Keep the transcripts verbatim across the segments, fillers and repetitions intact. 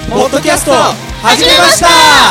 ポッドキャスト始めました。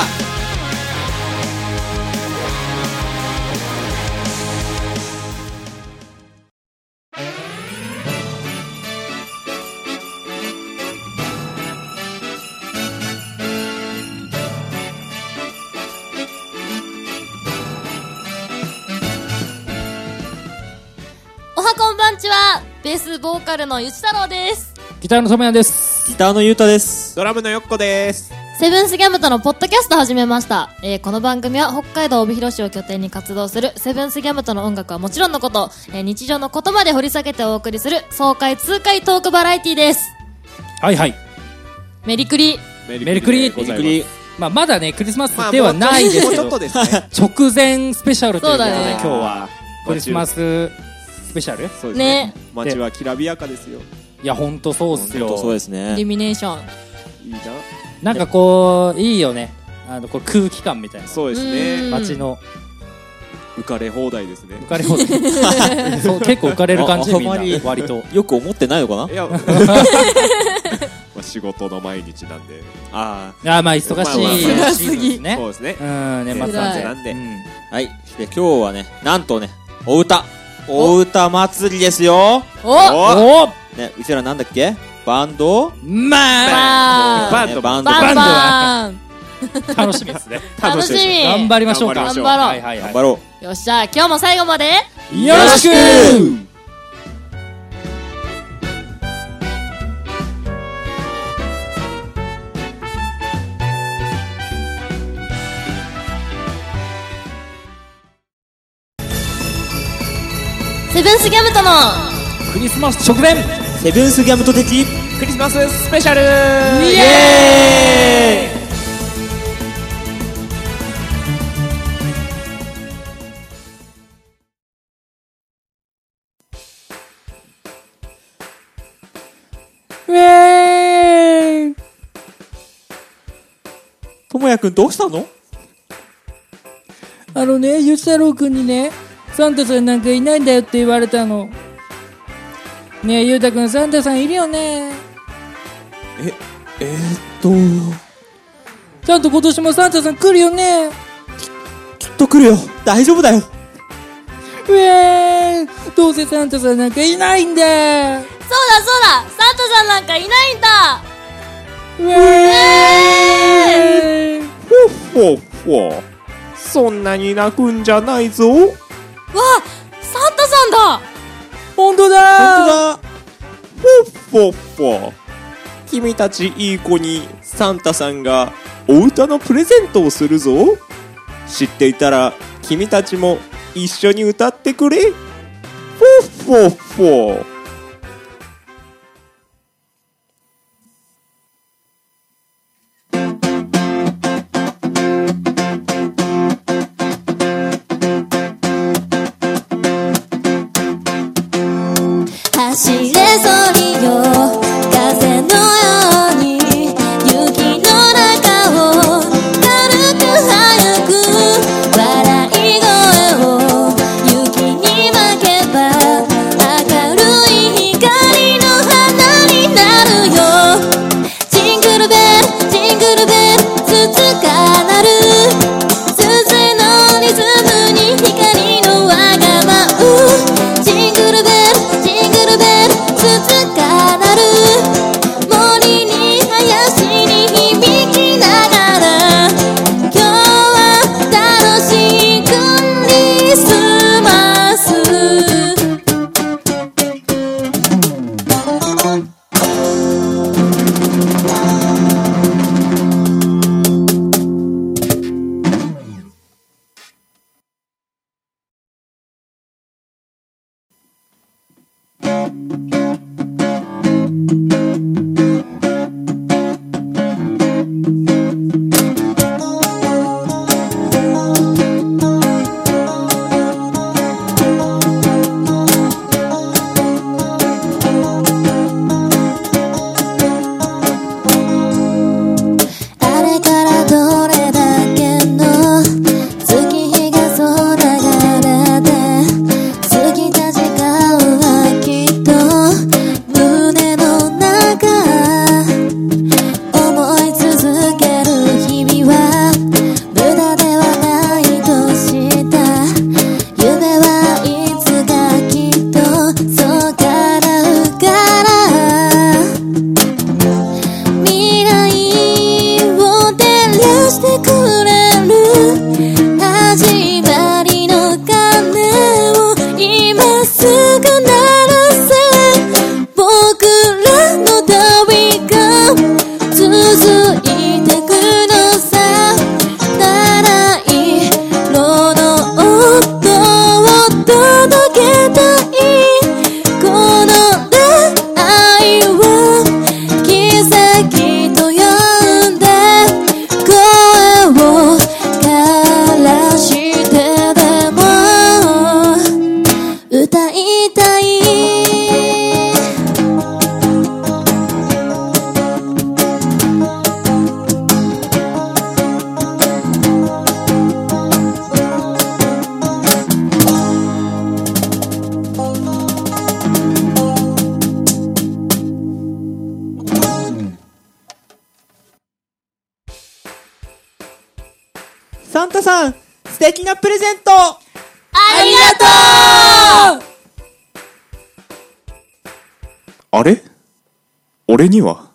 おはこんばんちは。ベースボーカルのゆち太郎です。 ギターのともやんです。 ギターのゆうたです。 ドラムのよっこです。 セブンスギャムとのポッドキャスト始めました、えー、この番組は北海道帯広市を拠点に活動するセブンスギャムとの音楽はもちろんのこと、えー、日常のことまで掘り下げてお送りする爽快痛快トークバラエティです。 はいはい、 メリクリメリクリメリクリ、 まあ、まだねクリスマスではないですけど、 まあ、もうちょっとですね直前スペシャルということで、 ね、 今日はクリスマススペシャルそうですね。 ね、 街はきらびやかですよ。 いやほんとそうっすよ。 そうですね。 イルミネーションいいな。 なんかこういいよね、あのこう空気感みたいな。 そうですね。 街の浮かれ放題ですね。 浮かれ放題そう結構浮かれる感じ。みんな割とよく思ってないのかな。 いやまあ仕事の毎日なんで。あああ、まあ忙しい、 まあまあまあシーズンですね。 そうですね。 うん、年末なんでなんで、 うん、 はい。で今日はね、なんとね、お歌お歌祭りですよ。 おおおね、うちらなんだっけ、バンドまあバンドバンドバンバン楽しみですね。 楽しみ。 頑張りましょうか。 頑張りましょう。 頑張ろう、 はいはいはい、 頑張ろう。 よっしゃ、今日も最後までよろしく。 セブンスギャムとのクリスマス直前セブンスギャムト的クリスマススペシャル。 イエーイ。ウェーイ。 ともやくんどうしたの？ あのね、ゆうたろうくんにね、サンタさんなんかいないんだよって言われたの。ねえ、ゆうたくん、サンタさんいるよね。 え、えー、っとちゃんと今年もサンタさん来るよね。 きっと来るよ。大丈夫だよ。 ウェーイ。どうせサンタさんなんかいないんだ。 そうだそうだ、サンタさんなんかいないんだ。 ウェーイ。 ほっほっほ。そんなに泣くんじゃないぞ。 わあ、サンタさんだ。 ほんとだー。 本ほっほっほ。君たちいい子にサンタさんがお歌のプレゼントをするぞ。知っていたら君たちも一緒に歌ってくれ。ほっほっほ。 走れそうによ、風のように雪の中を軽く速く、笑い声を雪に負けば明るいサンタさん、素敵なプレゼント。 ありがとう。 あれ？俺には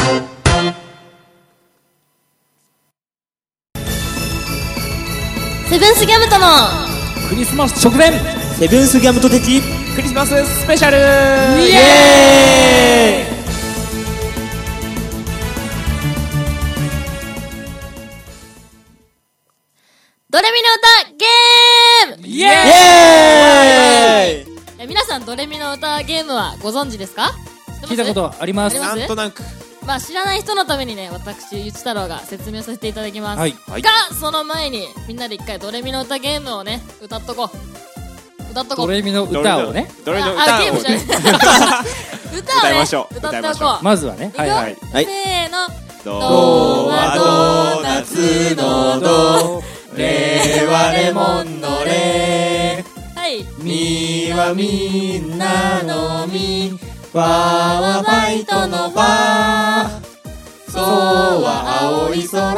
セブンスギャムとのクリスマス直前セブンスギャムト的クリスマススペシャルイエーイ。 ドレミの歌ゲーム。 イエイエーイ。 え皆さんドレミの歌ゲームはご存知ですか？ 聞いたことあります。 ありますなんとなく。 まあ知らない人のためにね、私ゆち太郎が説明させていただきます、 はいはいがその前にみんなで一回ドレミの歌ゲームをね歌っとこう歌っとこうドレミの歌をね、 どれのあ歌をあゲームじゃないね。 歌をね歌いましょう歌ってお歌いましょこうまずはね、はいはい。 いくよはいせーのドはドーナツのドレはレモンのレはいミはみんなのミファはファイトのファソは青い空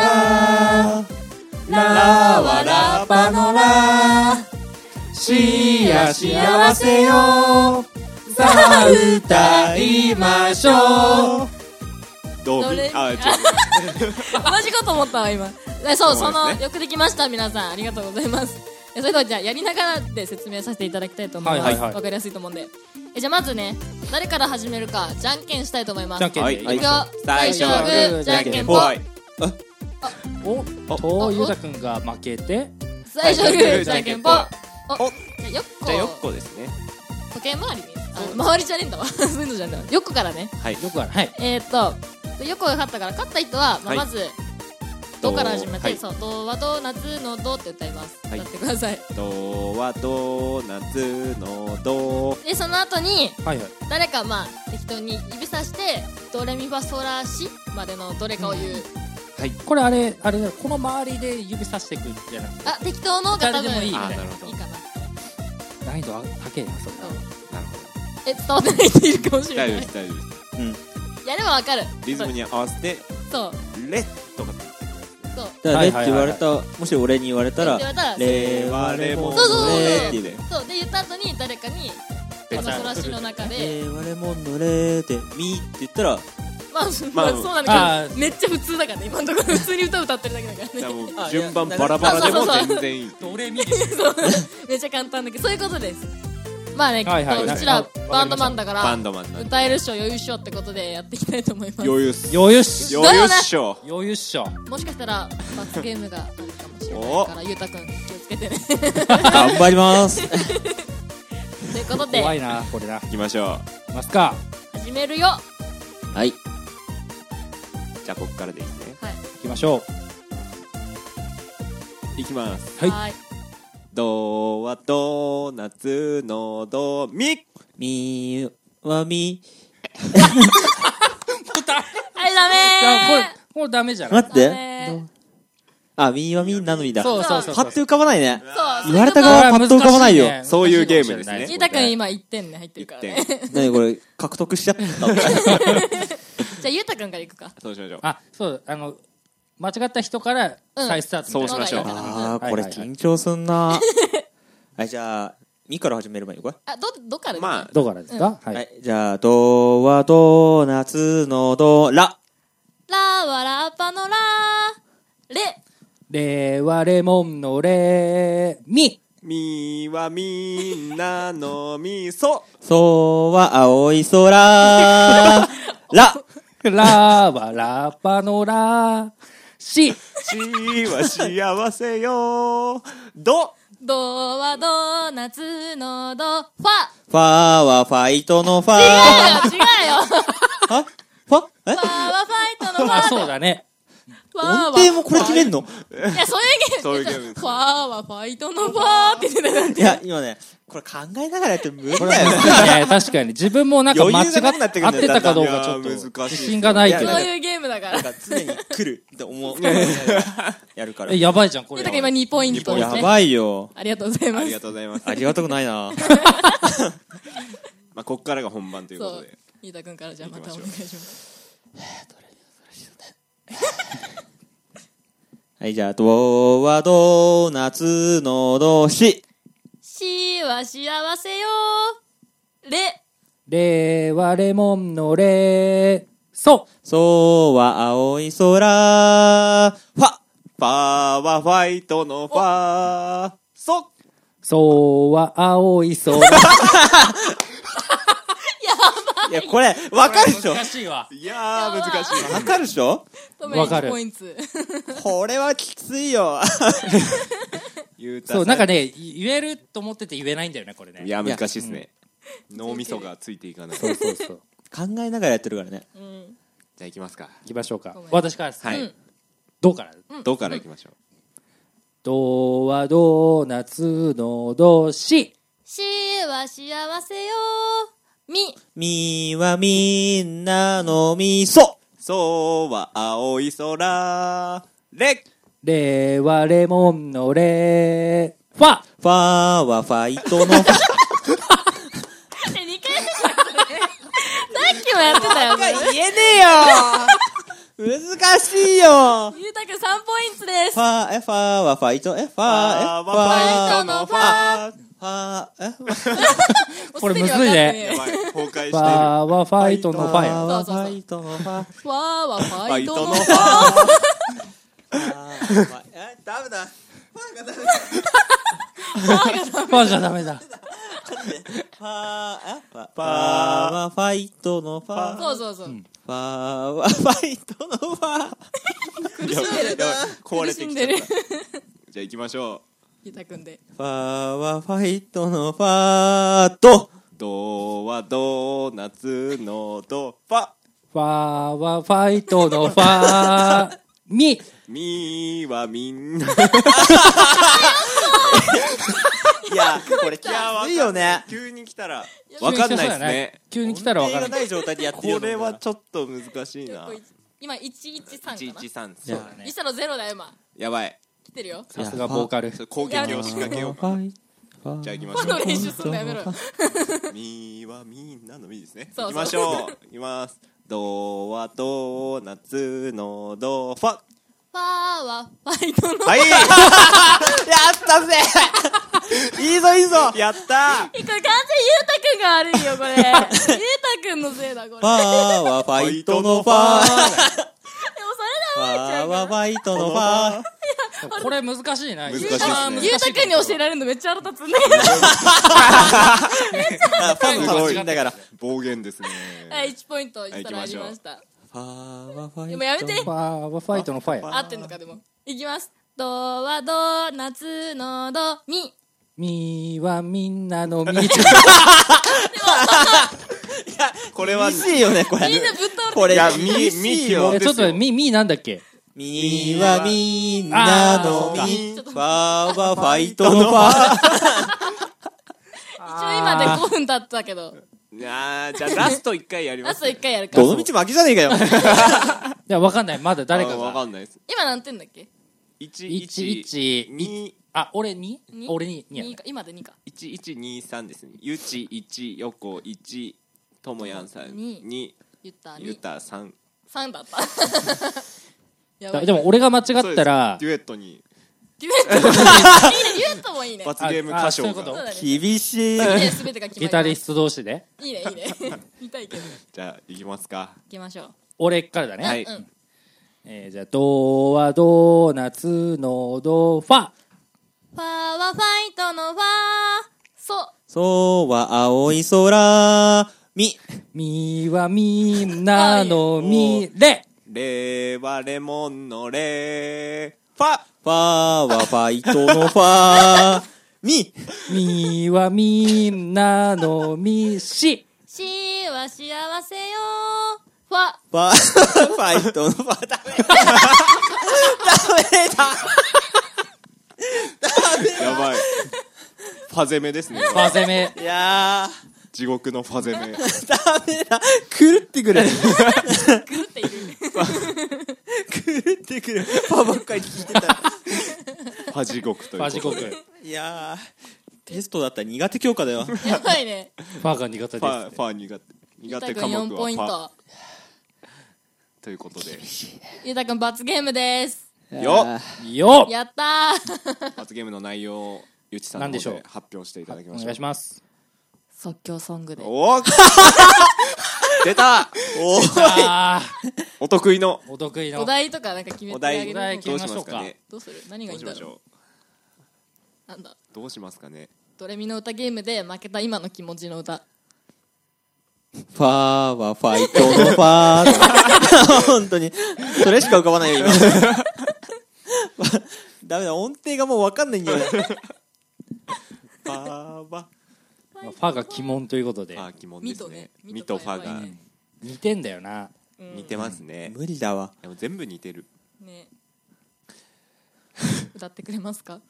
ラはラッパのラシや幸せよさあ歌いましょうドどれミあちょっと同じこと思ったわ今えそうそそうですねのよくできました皆さんありがとうございますえそれではじゃあやりながらで説明させていただきたいと思います、 はいはいはいわかりやすいと思うんでえじゃあまずね誰から始めるかじゃんけんしたいと思いますじゃんけんはいで。 いくよ最初はグーじゃんけんぽんはいお、と、ゆうたくんが負けて、 最初はグーじゃんけんぽんおおじゃあよっこじゃあよっこですね時計回りにあ回りじゃねえんだわそういうのじゃねえよっこからねはいよくある。はい。 えーっとよっこが勝ったから勝った人は、まあ、 はいまずドから始めて、 はいそうドはドーナツのドって歌います、 はい歌ってくださいドはドーナツのドでその後にはいはい。 誰かまあ適当に指さしてドレミファソラシまでのどれかを言う、 これあれ、あれだよ、この周りで指さしていくんじゃなくて、 あ適当のが多分誰でもいいあみたいな。 なるほどいいかな難易度は高いな、それ。 なるほえ伝わってない人いるかもしどれない大丈夫です大丈夫ですやればわかるリズムに合わせてそうレッとかそうだからレって言われはいた、もし俺に言われたらって言われたらレはレモンそうそうそうのレそうって言うね。 そうで言った後に誰かに別にファソラシの中でレはレモンのレでミって言ったらまあ、 まあまあ、そうなんあだけどめっちゃ普通だからね今のところ普通に歌歌ってるだけだからじゃあねもうあ順番いやバラバラでもそうそうそう全然いいドレミです。 そうめっちゃ簡単だけどそういうことですまあね、 はいはいきっとうちらあバンドマンだからバンドマンなんで歌えるっしょ余裕っしょってことでやっていきたいと思います余裕っす余裕っしょ。 余裕っしょ余裕っしょ。 もしかしたら罰ゲームがあるかもしれないからゆうたくん気をつけてね頑張ります。 ということで怖いな、これな。い行きましょきますか。 始めるよはい。 うじゃあここからでいいですねはい行きましょいきますはいはいドはドーナツのドミみはみ。 はいダう。いや、これメ、 これダメじゃない待って。 ダメあ、みはみなのみだ。 そうそうそう。 パッと浮かばないね。 ーそう言われた側はパッと浮かばないよ。 そういうゲームですねゆうたくん今いってんね入ってるからねなにこれ、獲得しちゃった。 じゃあゆうたくんからいくかそうしましょうあ、そう、あの、間違った人から再スタートみたいな。 そうしましょうあー、これはいはいはい緊張すんな。はい、じゃあ、みから始めればいいのかあどどっからですかまあどこからですか、は。 はいい、じゃあ、ドはドーナツのドラ。 ラはラッパのラレレはレモンのレミ。 ミはみんなのミソソは青い空。ラ。 ラはラッパのラ。シ。 シは幸せよドドはドーナツのドファファはファイトのファ。 違うよ違うよあファえファはファイトのファあ、そうだね。 ファは音程もこれ決めんのいやそういうゲームそういうゲームファはファイトのファーって言ってたなんていや、今ね、これ考えながらやって無理これだよ。 ね、確かに自分もなんか間違余裕がなくなってくるんだよ合ってたかどうかちょっといやー難しい自信がないけどいやそういうゲームだからなんか常に来るって思う。やるから。 え、やばいじゃんこれゆうたくん今にポイントですねやばいよ。 ありがとうございまありすがとうございますありがたくないな。 まあこっからが本番というこそうとでゆうたくんからじゃあまたお願いしますはい、じゃあ、ドはドーナツのドシ。 しは幸せよれ。 レはレモンのレ。ソ。 ソは青い空。ファ。 ファはファイトのファ。ソ。 ソは青い空。 いや、これ、わかるでしょ？ 難しいわ。 いやー、難しい。 わかるでしょ？ トメわかるいちポイント。 これはきついよ。 ゆうたさそう、なんかね、言えると思ってて言えないんだよね、これね。 いや、難しいですね。脳みそがついていかない。 そうそうそう。 考えながらやってるからね。 うん。 じゃあ行きますか。 行きましょうかごめん。 私からです。 はいうん。 どうからどうから行きましょう。 ドはドーナツのドシ。 しは幸せよみ。 みはみんなのみそ。 そうは青い空。レ。 レはレモンのレ。ファ。 ファはファイトのファ。 え、にかいめだよね。さっきもやってたよ、これ。 言えねえよ。難しいよ。 ゆうたくんさんポイントです。 ファ、え、ファはファイト、え、ファ、え、フファはファイトのファ。 ファ、え、 これむずいねやばい、崩壊してる。 ファはファイトのファファや。 はファイトのファ。 ファーはファイトのファファイトのー。 ファ。 え、ダメだ。 ファじゃダメだ。 ファ、え、ファ、ファはファイトのファ。 そうそうそう。 ファはファイトのファ。 苦しんでる。 やばい壊れてきちゃった。 苦しんでる。 じゃあ行きましょゆうたくんで。 ファはファイトのファと。 う。ドはドーナツのド。ファ。 ファはファイトのファ。ミ。 ミはみんな。 いや、これきついよね。 急に来たらわかんないですね。 急に来たらわかんない。 音程がない状態でやってるこれはちょっと難しいな。 今いちいちさんかな。 いちいちさん。 いやそうだね。 いちのゼロだよ今。 やばい。 来てるよ。 さすがボーカル。 それ攻撃を仕掛けようか。じゃあ行きましょこの練習すんのやめろよ。 う。ミはみんなのミですね。 そうそう行きましょう。行きます。ドはドーナツのド。ファ。 ファーはファイトのファ。 はい。 やったぜ。いいぞいいぞ。 やったこれ完全にゆうたくんが悪いよこれ。ゆうたくんのせいだこれ。 ファはファイトのファ。 でもそれでフ覚えちゃァうかはファイトのファ。 これ難しいな。 難しいですねら。ゆうたくんに教えられるのめっちゃ腹立つんだけど。 あファンの話だから。 暴言ですね。 はい、いちポイントいったらありました。 ファはファイト。 でもやめてファはファイトのファや。 合ってんのかでも。いきます。ドはドーナツのドミ。 ミはみんなのミ。 これは、 厳しいよね、これ。 みんなぶっ倒れてこれ、 いや厳しいよえ、。ちょっとね、ミ、ミなんだっけ？ みはみんなのあみ。ファはファイトのファ。 一応今でごふん経ったけど。 いやーじゃあラストいっかいやりますラストいっかいやるか。 どの道負けじゃねえかよ。 いや、わかんない。まだ誰かあわかが。 んないです。 今何点だっけいちいいちいちにあ、俺にに俺ににやにか今でにか。 いちいちにさんですね。ゆちいち、よこいち、ともやんさんにに、 言ったゆに。 たさん。 さんだった。やばい。 でも俺が間違ったらデ、ュエットにデュエットもいいね。デュエットもいいね。 罰ゲーム歌唱ああそういうことが。 そうだね。 厳しい。 いいね、すべてが決まります。 ギタリスト同士で、 いいね、いいね。見たいけど。 じゃあ行きますか。 行きましょう。 俺からだね。 はいうん。 えー、じゃあ、ドはドーナツのド、ファ。 ファーはファイトのファー。ソ。 そうは青い空。み。 ミはみんなのミ、レ。 レはレモンのレファ。 ファはファイトのファ。み。 ミはみんなのミ、シ。 シは幸せよファ。 ファ、ファイトのファ。ダメだ。ダメだ。 やばい。ファ攻めですね。 ファ攻め。 いや地獄のファ攻め。 ー、ダメだ。狂ってくる。 狂っている。 狂ってくる。ファばっかり聞いてた。 ファ地獄ということで。 ファ地獄。フいやー、テストだったら苦手教科だよ。 やばいね。 ァが苦手ファ、 です。 ファ苦手。 ゆうた苦手科くんよんポイン目はファ。 ト。 ということで。 ゆうたくん罰ゲームです。 よよっやったー罰ゲームの内容をゆちさんの何でしょう方で発表していただきましょう。 お願いします。 即興ソングで。 おー出たおあお得意のーお得意のお題とかなんか決めお題てあげるお題の決めましょうかどうしますかね。 どうする何がいいんだろうどうしましょなんだうどうしますかね。 ドレミの歌ゲームで負けた今の気持ちの歌。 ファーはファイトのファー本当にそれしか浮かばないよ今ダメだ、音程がもう分かんないんだよね。 ファーはファが鬼門ということであー鬼門ですね。 ミとねミミととファがファが似てんだよな。 うん似てますね。 無理だわ。 でも全部似てる。 ね歌ってくれますか？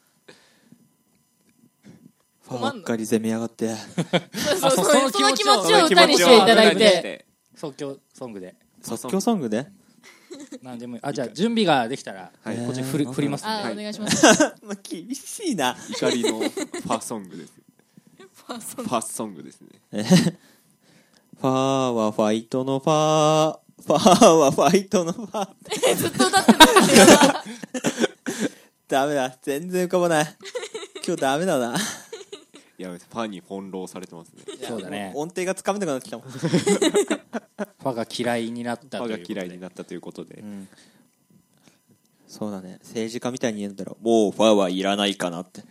ファばっかり攻めやがってそうそうそう、 そのその気気持ちを持ちを歌にしていただいて。 即興ソングで即興ソングでなんでもいい。あ、じゃあ準備ができたら、 はいこっち振り振りますんで、 あ、 はいお願いします。 まあ厳しいな。 怒りのファソングです。 ファーストファソングですね。 えファーはファイトのファー、ファーはファイトのファー。 ずっと歌ってた。 ダメだ、全然浮かばない。今日ダメだな。 いやファンに翻弄されてますね。 そうだね。 音程がつかめなくなってきたもん。 ファが嫌いになったファがということで。 嫌いになったということで、 うんそうだね、政治家みたいに言うんだろう。もうファーはいらないかなって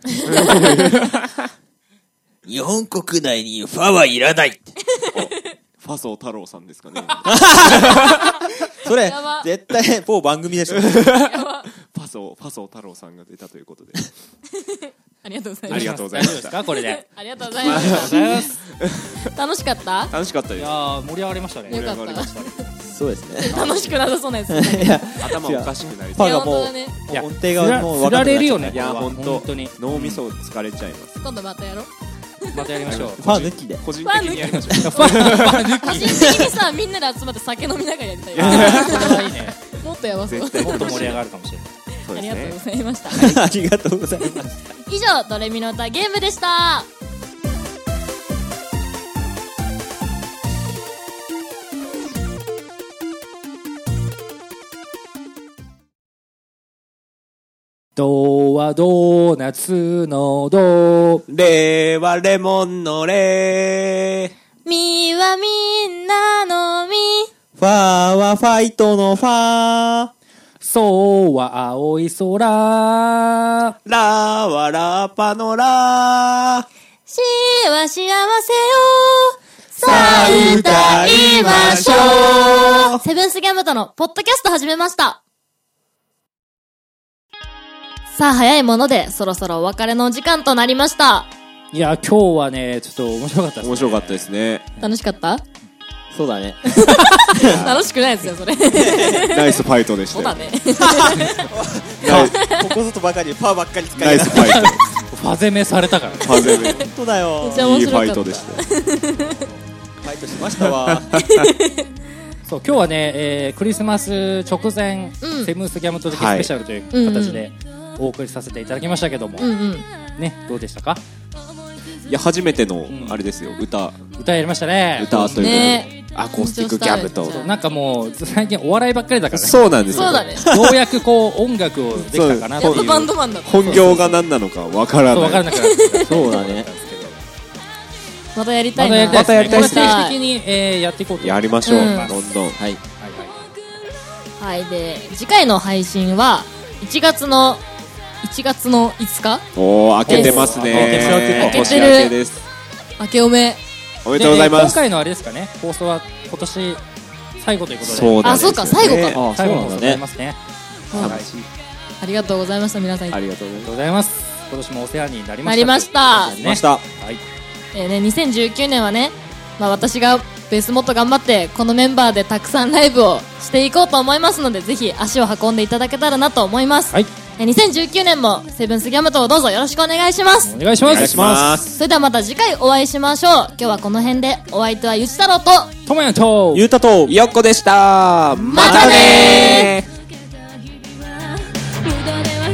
日本国内にファーはいらないってファソ太郎さんですかね。 それやば絶対某番組でしょ。 ファソファソ太郎さんが出たということで、 ありがとうございます。 ありがとうござい大丈夫ですました。 かこれで。 ありがとうございまありがとうごしざいます。 た。楽しかった楽しかったです。 いやー盛り上がりましたね。 よかった盛り上がりましたね。 そうですね。 楽しくなさそうなやつですね。 いや、 頭おかしくなりフそう。 ァがもう、 いや本当だねいや音程がもう振ら振られるよね。 いやこれは本当本当に。 脳みそ疲れちゃいます。 今度またやろう。 またやりましょう。 ファー抜きで。 個人的にやりましょう。 ファファ抜個人き。 的にさ、みんなで集まって酒飲みながらやりたいよ。 あーそれはいいね。 もっとやばそう。 絶対もっと盛り上がるかもしれない。 そうですありがとうごね。 ざいました。 ありがとうございます。 以上、ドレミの歌ゲームでした。 ドはドーナツのド。 レはレモンのレみはみんなのみ。 ファーはファイトのファー。 ソは青い空。 ラはラッパのラしは幸せを。さあ歌いましょう。セブンスギャムとのポッドキャスト始めました。さあ早いものでそろそろお別れのお時間となりました。 いや今日はねちょっと面白かったですね。 面白かったですね。 楽しかった？ そうだね。 楽しくないですよそれ。 ナイスファイトでしたよ。 そうだね。 ナイここぞとばかりファーばっかり使いナイスファイト。 ファ攻めされたからね。 ファゼメ本当だよ。 めっちゃ面いいフ白かった。 ァイトでした。 ファイトしましたわ。 そう今日はね、えークリスマス直前、 うんセブンスギャムト的スペシャルという形でお送りさせていただきましたけども、 うんうん。 ねどうでしたか？ いや初めてのんあれですよ、歌歌やりましたね。 歌ということで、 ねアコースティックギャムと緊張したなんかもう最近お笑いばっかりだからね。 そうなんですよ。 そうだね。 ようやくこう音楽をできたかなっていう。 やっとバンドマンだった。 本業が何なのかわからそう分からない。 なくなってきたそうだね。 またやりたまいな。 たやりたいですね。 またやりたいですねこれ定期的に、えーやっていこうと。 やりましょう、 うんどんどん。 はい。 はいはい。 はい、で、次回の配信はいちがつの、いちがつのいつかおー、開けてますね。 開けてる年明けです。 明けおめ。 おめでとうございます。 で今回のあれですかね、放送は今年最後ということで。 そうだねあそうか最後かあ、 最後の放送になりそうなんだね。 ますね。 うんはいありがとうございました、皆さん。 ありがとうございます。 ありがとうございます。今年もお世話になりました。 なりましたということでね来ました。 はい。 えーね、にせんじゅうきゅうねんはね、まあ私がベースもっと頑張って、このメンバーでたくさんライブをしていこうと思いますので、ぜひ足を運んでいただけたらなと思います。 はい。 えーにせんじゅうきゅうねんもセブンスギャムとをどうぞよろしくお願いします。 お願いします。 お願いします。 それではまた次回お会いしましょう。今日はこの辺で、お相手はゆち太郎と、 ともやんと。 ゆうたと、 よっこでした。 またねー。 ー。 無駄では